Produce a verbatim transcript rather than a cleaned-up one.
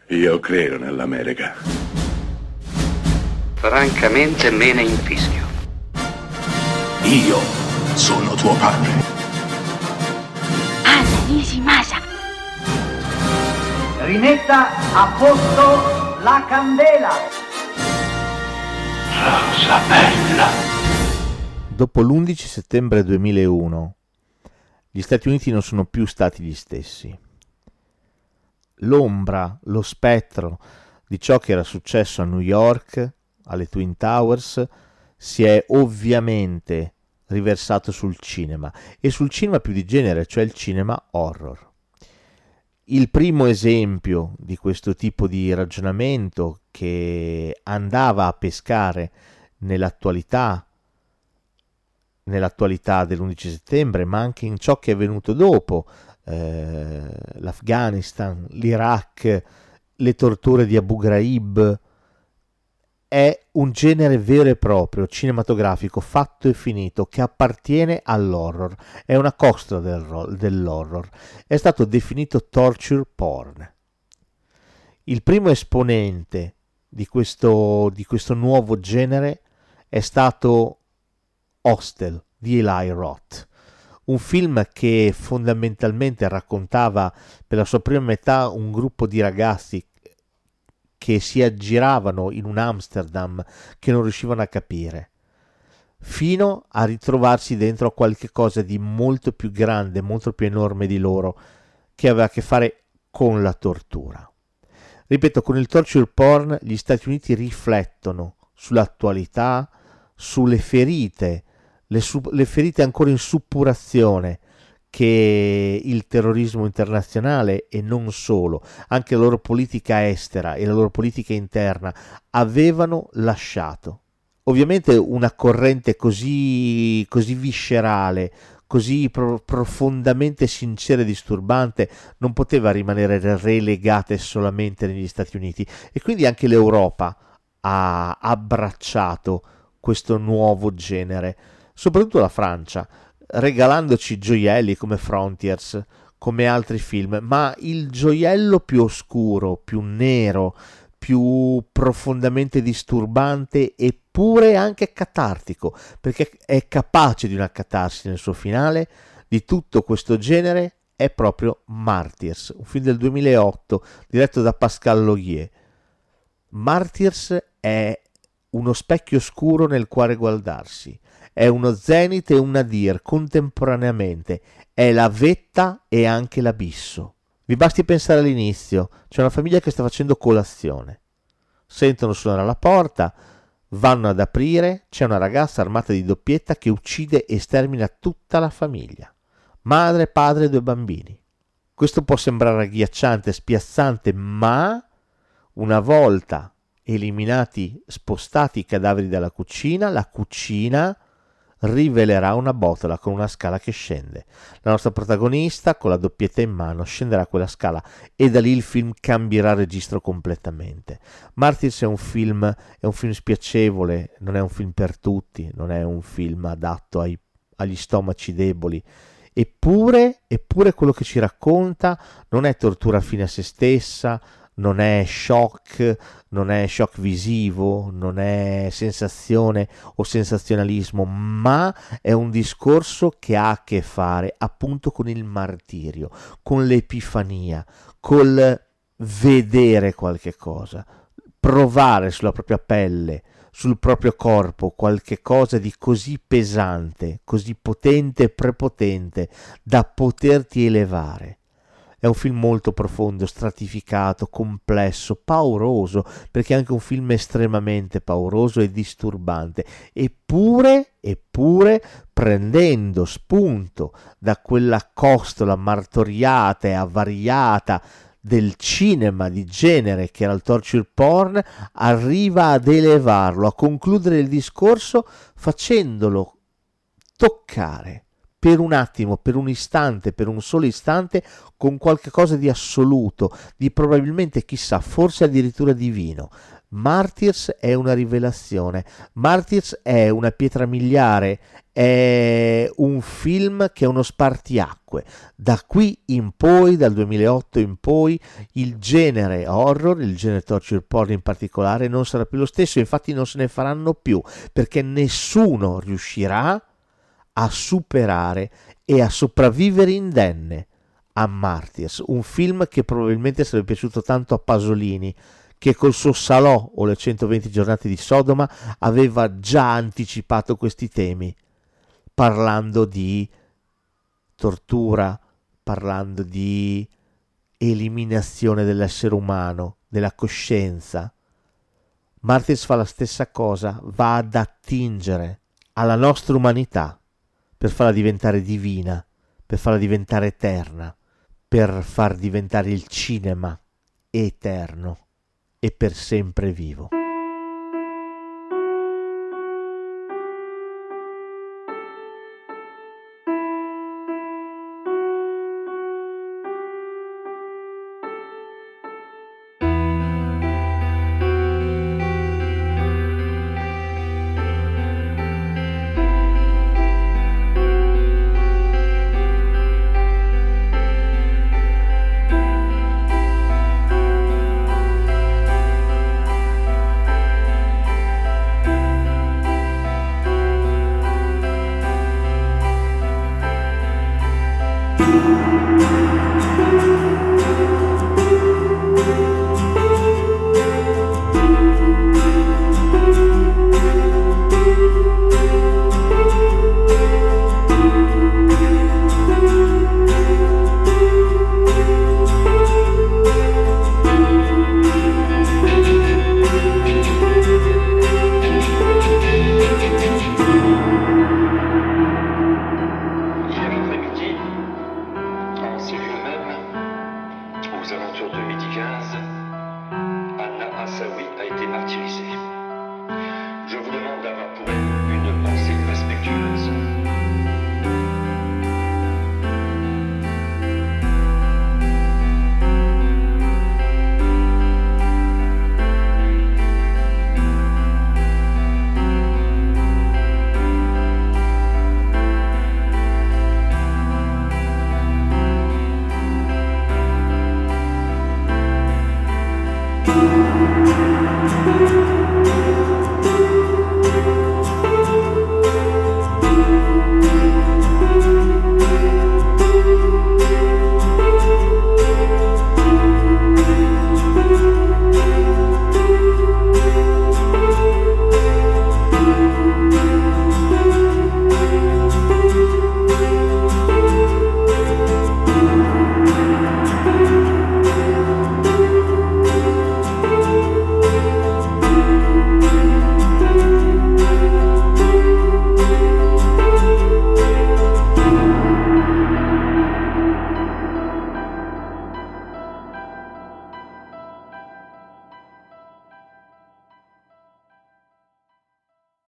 Io credo nell'America. Francamente me ne infischio. Io sono tuo padre. Anna Nishimasa. Rimetta a posto la candela. Rosa bella. Dopo l'undici settembre duemilauno, gli Stati Uniti non sono più stati gli stessi. L'ombra, lo spettro di ciò che era successo a New York, alle Twin Towers, si è ovviamente riversato sul cinema, e sul cinema più di genere, cioè il cinema horror. Il primo esempio di questo tipo di ragionamento, che andava a pescare nell'attualità, nell'attualità dell'undici settembre, ma anche in ciò che è venuto dopo, eh, l'Afghanistan, l'Iraq, le torture di Abu Ghraib, è un genere vero e proprio, cinematografico, fatto e finito, che appartiene all'horror, è una costola del, dell'horror, è stato definito torture porn. Il primo esponente di questo, di questo nuovo genere è stato Hostel di Eli Roth, un film che fondamentalmente raccontava per la sua prima metà un gruppo di ragazzi che si aggiravano in un Amsterdam che non riuscivano a capire, fino a ritrovarsi dentro a qualche cosa di molto più grande, molto più enorme di loro, che aveva a che fare con la tortura. Ripeto, con il torture porn gli Stati Uniti riflettono sull'attualità, sulle ferite, le, su- le ferite ancora in suppurazione che il terrorismo internazionale, e non solo, anche la loro politica estera e la loro politica interna avevano lasciato. Ovviamente una corrente così, così viscerale, così pro- profondamente sincera e disturbante non poteva rimanere relegata solamente negli Stati Uniti, e quindi anche l'Europa ha abbracciato questo nuovo genere, soprattutto la Francia, regalandoci gioielli come Frontiers, come altri film, ma il gioiello più oscuro, più nero, più profondamente disturbante, eppure anche catartico, perché è capace di una catarsi nel suo finale, di tutto questo genere, è proprio Martyrs, un film del duemilaotto diretto da Pascal Laugier. Martyrs è uno specchio scuro nel quale guardarsi, è uno zenit e un nadir contemporaneamente, è la vetta e anche l'abisso. Vi basti pensare all'inizio, c'è una famiglia che sta facendo colazione, sentono suonare alla porta, vanno ad aprire, c'è una ragazza armata di doppietta che uccide e stermina tutta la famiglia, madre, padre e due bambini. Questo può sembrare agghiacciante, spiazzante, ma una volta eliminati, spostati i cadaveri dalla cucina, la cucina rivelerà una botola con una scala che scende. La nostra protagonista, con la doppietta in mano, scenderà quella scala, e da lì il film cambierà registro completamente. Martyrs è un film, è un film spiacevole, non è un film per tutti, non è un film adatto ai, agli stomaci deboli. Eppure, eppure quello che ci racconta non è tortura fine a se stessa, non è shock, non è shock visivo, non è sensazione o sensazionalismo, ma è un discorso che ha a che fare appunto con il martirio, con l'epifania, col vedere qualche cosa, provare sulla propria pelle, sul proprio corpo qualche cosa di così pesante, così potente e prepotente da poterti elevare. È un film molto profondo, stratificato, complesso, pauroso, perché è anche un film estremamente pauroso e disturbante, eppure, eppure prendendo spunto da quella costola martoriata e avariata del cinema di genere che era il torture porn, arriva ad elevarlo, a concludere il discorso facendolo toccare per un attimo, per un istante, per un solo istante, con qualche cosa di assoluto, di probabilmente, chissà, forse addirittura divino. Martyrs è una rivelazione, Martyrs è una pietra miliare, è un film che è uno spartiacque. Da qui in poi, dal duemilaotto in poi, il genere horror, il genere torture porn in particolare, non sarà più lo stesso, infatti non se ne faranno più, perché nessuno riuscirà a superare e a sopravvivere indenne a Martyrs, un film che probabilmente sarebbe piaciuto tanto a Pasolini, che col suo Salò o le centoventi giornate di Sodoma aveva già anticipato questi temi, parlando di tortura, parlando di eliminazione dell'essere umano, della coscienza. Martyrs fa la stessa cosa, va ad attingere alla nostra umanità per farla diventare divina, per farla diventare eterna, per far diventare il cinema eterno e per sempre vivo.